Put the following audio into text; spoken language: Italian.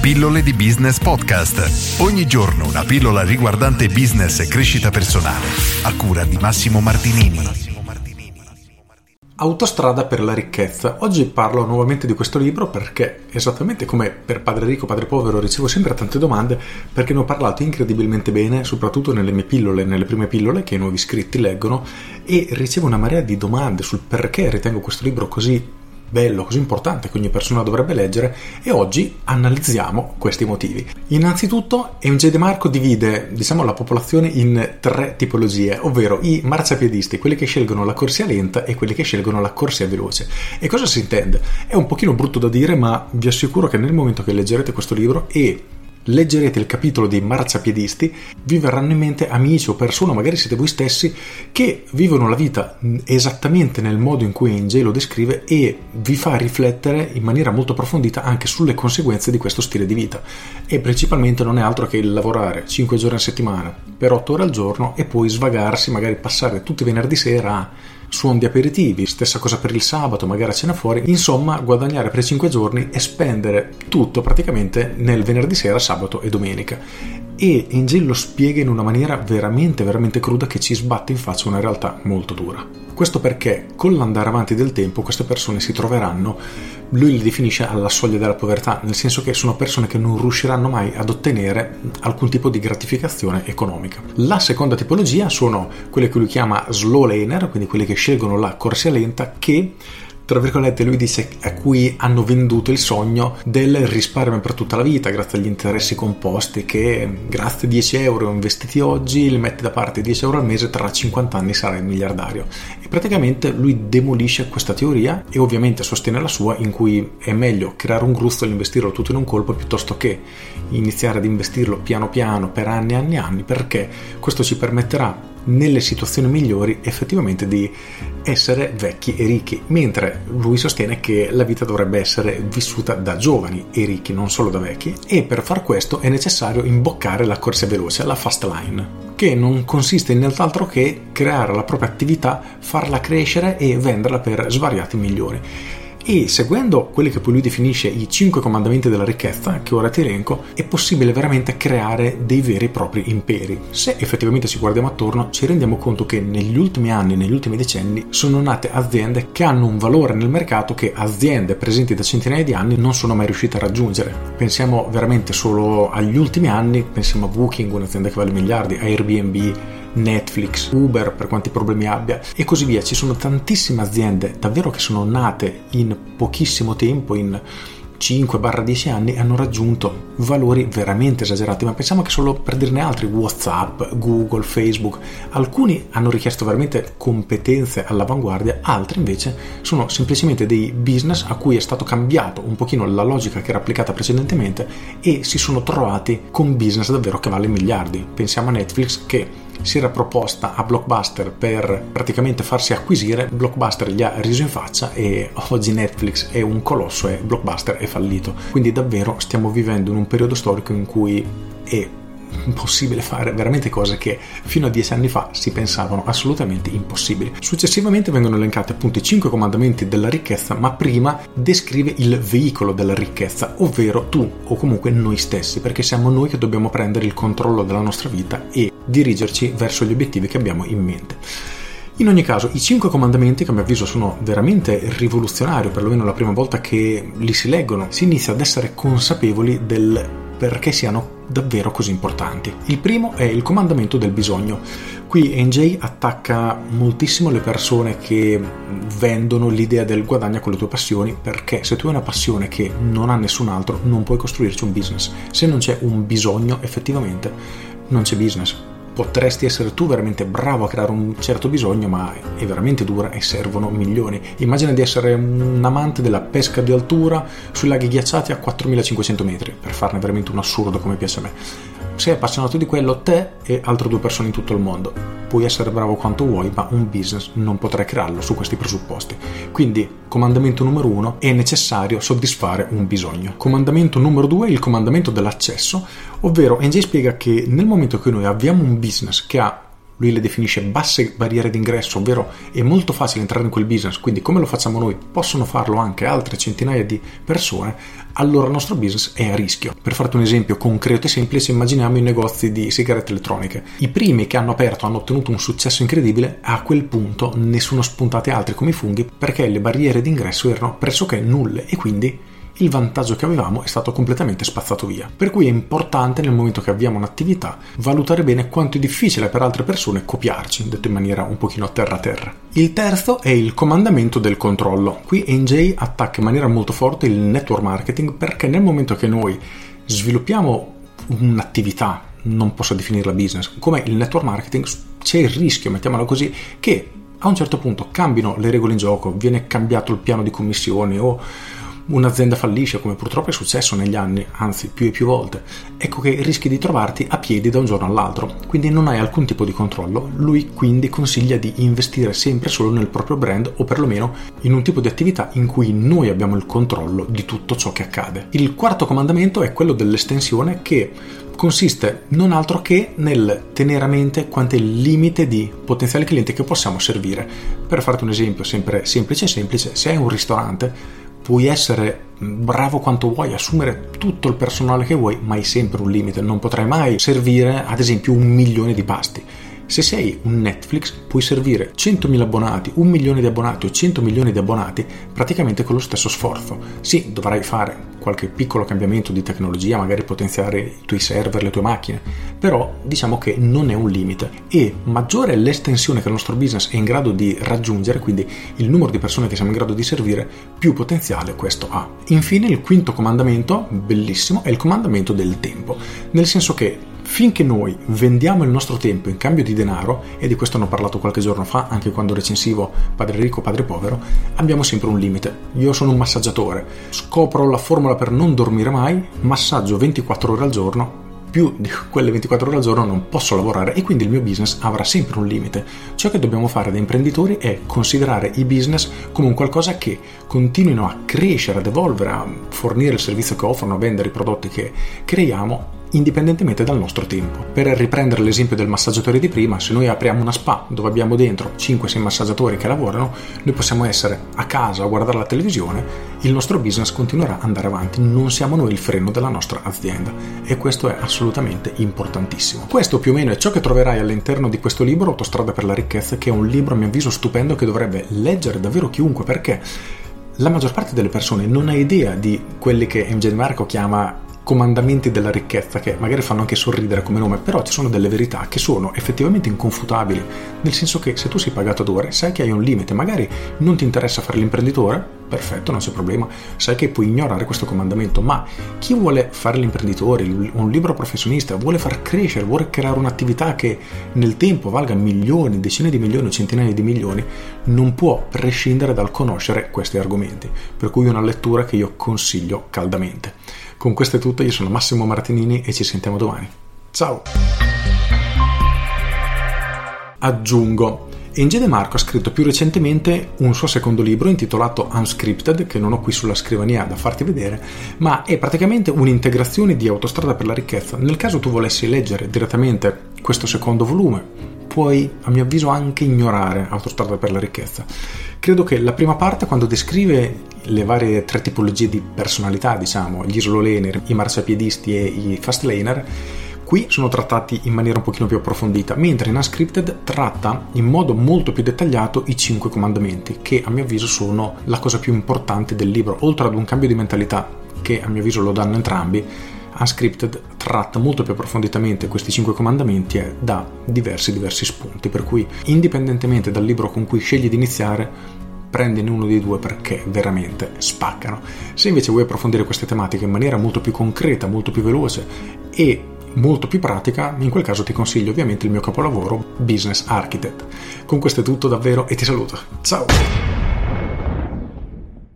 Pillole di Business Podcast. Ogni giorno una pillola riguardante business e crescita personale. A cura di Massimo Martinini. Autostrada per la ricchezza. Oggi parlo nuovamente di questo libro perché, esattamente come per Padre Ricco, Padre Povero, ricevo sempre tante domande perché ne ho parlato incredibilmente bene, soprattutto nelle mie pillole, nelle prime pillole che i nuovi iscritti leggono, e ricevo una marea di domande sul perché ritengo questo libro così bello, così importante che ogni persona dovrebbe leggere, e oggi analizziamo questi motivi. Innanzitutto, Eugene De Marco divide, la popolazione in tre tipologie, ovvero i marciapiedisti, quelli che scelgono la corsia lenta e quelli che scelgono la corsia veloce. E cosa si intende? È un pochino brutto da dire, ma vi assicuro che nel momento che leggerete questo libro e leggerete il capitolo dei marciapiedisti, vi verranno in mente amici o persone, magari siete voi stessi, che vivono la vita esattamente nel modo in cui Eugene lo descrive e vi fa riflettere in maniera molto approfondita anche sulle conseguenze di questo stile di vita. E principalmente non è altro che il lavorare 5 giorni a settimana per 8 ore al giorno e poi svagarsi, magari passare tutti i venerdì sera a suon di aperitivi, stessa cosa per il sabato, magari a cena fuori, insomma guadagnare per 5 giorni e spendere tutto praticamente nel venerdì sera, sabato e domenica. E Eugene lo spiega in una maniera veramente cruda che ci sbatte in faccia una realtà molto dura. Questo perché con l'andare avanti del tempo queste persone si troveranno, lui li definisce alla soglia della povertà, nel senso che sono persone che non riusciranno mai ad ottenere alcun tipo di gratificazione economica. La seconda tipologia sono quelle che lui chiama slow laner, quindi quelli che scelgono la corsia lenta, che tra virgolette lui dice a cui hanno venduto il sogno del risparmio per tutta la vita grazie agli interessi composti, che grazie a 10 euro investiti oggi li metti da parte 10 euro al mese, tra 50 anni sarai miliardario. E praticamente lui demolisce questa teoria e ovviamente sostiene la sua, in cui è meglio creare un gruzzolo e investirlo tutto in un colpo piuttosto che iniziare ad investirlo piano piano per anni e anni, perché questo ci permetterà nelle situazioni migliori effettivamente di essere vecchi e ricchi, mentre lui sostiene che la vita dovrebbe essere vissuta da giovani e ricchi, non solo da vecchi, e per far questo è necessario imboccare la corsia veloce, la fast line, che non consiste in nient'altro che creare la propria attività, farla crescere e venderla per svariati milioni. E seguendo quelli che poi lui definisce i 5 comandamenti della ricchezza, che ora ti elenco, è possibile veramente creare dei veri e propri imperi. Se effettivamente ci guardiamo attorno, ci rendiamo conto che negli ultimi anni, negli ultimi decenni, sono nate aziende che hanno un valore nel mercato che aziende presenti da centinaia di anni non sono mai riuscite a raggiungere. Pensiamo veramente solo agli ultimi anni, pensiamo a Booking, un'azienda che vale miliardi, a Airbnb, Netflix, Uber, per quanti problemi abbia, e così via. Ci sono tantissime aziende davvero che sono nate in pochissimo tempo, in 5-10 anni, e hanno raggiunto valori veramente esagerati. Ma pensiamo che solo per dirne altri, WhatsApp, Google, Facebook, alcuni hanno richiesto veramente competenze all'avanguardia, altri invece sono semplicemente dei business a cui è stato cambiato un pochino la logica che era applicata precedentemente e si sono trovati con business davvero che vale miliardi. Pensiamo a Netflix, che si era proposta a Blockbuster per praticamente farsi acquisire, Blockbuster gli ha riso in faccia e oggi Netflix è un colosso e Blockbuster è fallito. Quindi davvero stiamo vivendo in un periodo storico in cui è possibile fare veramente cose che fino a 10 anni fa si pensavano assolutamente impossibili. Successivamente vengono elencati appunto i 5 comandamenti della ricchezza, ma prima descrive il veicolo della ricchezza, ovvero tu o comunque noi stessi, perché siamo noi che dobbiamo prendere il controllo della nostra vita e dirigerci verso gli obiettivi che abbiamo in mente. In ogni caso, i 5 comandamenti, che a mio avviso sono veramente rivoluzionari, perlomeno la prima volta che li si leggono, si inizia ad essere consapevoli del perché siano davvero così importanti. Il primo è il comandamento del bisogno. Qui NJ attacca moltissimo le persone che vendono l'idea del guadagna con le tue passioni, perché se tu hai una passione che non ha nessun altro, non puoi costruirci un business. Se non c'è un bisogno, effettivamente non c'è business. Potresti essere tu veramente bravo a creare un certo bisogno, ma è veramente dura e servono milioni. Immagina di essere un amante della pesca di altura sui laghi ghiacciati a 4500 metri, per farne veramente un assurdo come piace a me. Sei appassionato di quello, te e altre 2 persone in tutto il mondo. Puoi essere bravo quanto vuoi, ma un business non potrai crearlo su questi presupposti. Quindi, comandamento numero 1, è necessario soddisfare un bisogno. Comandamento numero 2 è il comandamento dell'accesso, ovvero NJ spiega che nel momento che noi abbiamo un business che ha lui le definisce basse barriere d'ingresso, ovvero è molto facile entrare in quel business, quindi come lo facciamo noi possono farlo anche altre centinaia di persone, allora il nostro business è a rischio. Per farti un esempio concreto e semplice, immaginiamo i negozi di sigarette elettroniche. I primi che hanno aperto hanno ottenuto un successo incredibile, a quel punto ne sono spuntati altri come i funghi perché le barriere d'ingresso erano pressoché nulle e quindi il vantaggio che avevamo è stato completamente spazzato via. Per cui è importante, nel momento che avviamo un'attività, valutare bene quanto è difficile per altre persone copiarci, detto in maniera un pochino terra. Il terzo è il comandamento del controllo. Qui NJ attacca in maniera molto forte il network marketing, perché nel momento che noi sviluppiamo un'attività, non posso definirla business, come il network marketing, c'è il rischio, mettiamola così, che a un certo punto cambino le regole in gioco, viene cambiato il piano di commissioni o un'azienda fallisce, come purtroppo è successo negli anni, anzi più e più volte. Ecco che rischi di trovarti a piedi da un giorno all'altro, quindi non hai alcun tipo di controllo. Lui quindi consiglia di investire sempre solo nel proprio brand, o perlomeno in un tipo di attività in cui noi abbiamo il controllo di tutto ciò che accade. Il quarto comandamento è quello dell'estensione, che consiste non altro che nel tenere a mente quanto è il limite di potenziali clienti che possiamo servire. Per farti un esempio sempre semplice, se hai un ristorante puoi essere bravo quanto vuoi, assumere tutto il personale che vuoi, ma hai sempre un limite, non potrai mai servire ad esempio 1 milione di pasti. Se sei un Netflix puoi servire 100.000 abbonati, 1 milione di abbonati o 100 milioni di abbonati praticamente con lo stesso sforzo. Sì, dovrai fare qualche piccolo cambiamento di tecnologia, magari potenziare i tuoi server, le tue macchine, però diciamo che non è un limite, e maggiore è l'estensione che il nostro business è in grado di raggiungere, quindi il numero di persone che siamo in grado di servire, più potenziale questo ha. Infine il quinto comandamento, bellissimo, è il comandamento del tempo, nel senso che finché noi vendiamo il nostro tempo in cambio di denaro, e di questo ne ho parlato qualche giorno fa anche quando recensivo Padre Ricco, Padre Povero, abbiamo sempre un limite. Io sono un massaggiatore, scopro la formula per non dormire mai, massaggio 24 ore al giorno, più di quelle 24 ore al giorno non posso lavorare, e quindi il mio business avrà sempre un limite. Ciò che dobbiamo fare da imprenditori è considerare i business come un qualcosa che continuino a crescere, ad evolvere, a fornire il servizio che offrono, a vendere i prodotti che creiamo, indipendentemente dal nostro tempo. Per riprendere l'esempio del massaggiatore di prima, se noi apriamo una spa dove abbiamo dentro 5-6 massaggiatori che lavorano, noi possiamo essere a casa a guardare la televisione, il nostro business continuerà ad andare avanti, non siamo noi il freno della nostra azienda, e questo è assolutamente importantissimo. Questo più o meno è ciò che troverai all'interno di questo libro, Autostrada per la ricchezza, che è un libro a mio avviso stupendo che dovrebbe leggere davvero chiunque, perché la maggior parte delle persone non ha idea di quelli che MJ Marco chiama comandamenti della ricchezza, che magari fanno anche sorridere come nome, però ci sono delle verità che sono effettivamente inconfutabili, nel senso che se tu sei pagato ad ore, sai che hai un limite, magari non ti interessa fare l'imprenditore, perfetto, non c'è problema, sai che puoi ignorare questo comandamento, ma chi vuole fare l'imprenditore, un libero professionista, vuole far crescere, vuole creare un'attività che nel tempo valga milioni, decine di milioni o centinaia di milioni, non può prescindere dal conoscere questi argomenti, per cui è una lettura che io consiglio caldamente. Con questo è tutto, io sono Massimo Martinini e ci sentiamo domani. Ciao! Aggiungo, NJ De Marco ha scritto più recentemente un suo secondo libro intitolato Unscripted, che non ho qui sulla scrivania da farti vedere, ma è praticamente un'integrazione di Autostrada per la ricchezza. Nel caso tu volessi leggere direttamente questo secondo volume, puoi a mio avviso anche ignorare Autostrada per la ricchezza. Credo che la prima parte, quando descrive le varie 3 tipologie di personalità, diciamo, gli slow laner, i marciapiedisti e i fast laner, qui sono trattati in maniera un pochino più approfondita, mentre in Unscripted tratta in modo molto più dettagliato i 5 comandamenti, che a mio avviso sono la cosa più importante del libro, oltre ad un cambio di mentalità che a mio avviso lo danno entrambi. Unscripted tratta molto più approfonditamente questi 5 comandamenti e dà diversi spunti, per cui indipendentemente dal libro con cui scegli di iniziare, prendine uno dei 2 perché veramente spaccano. Se invece vuoi approfondire queste tematiche in maniera molto più concreta, molto più veloce e molto più pratica, in quel caso ti consiglio ovviamente il mio capolavoro Business Architect. Con questo è tutto davvero e ti saluto. Ciao!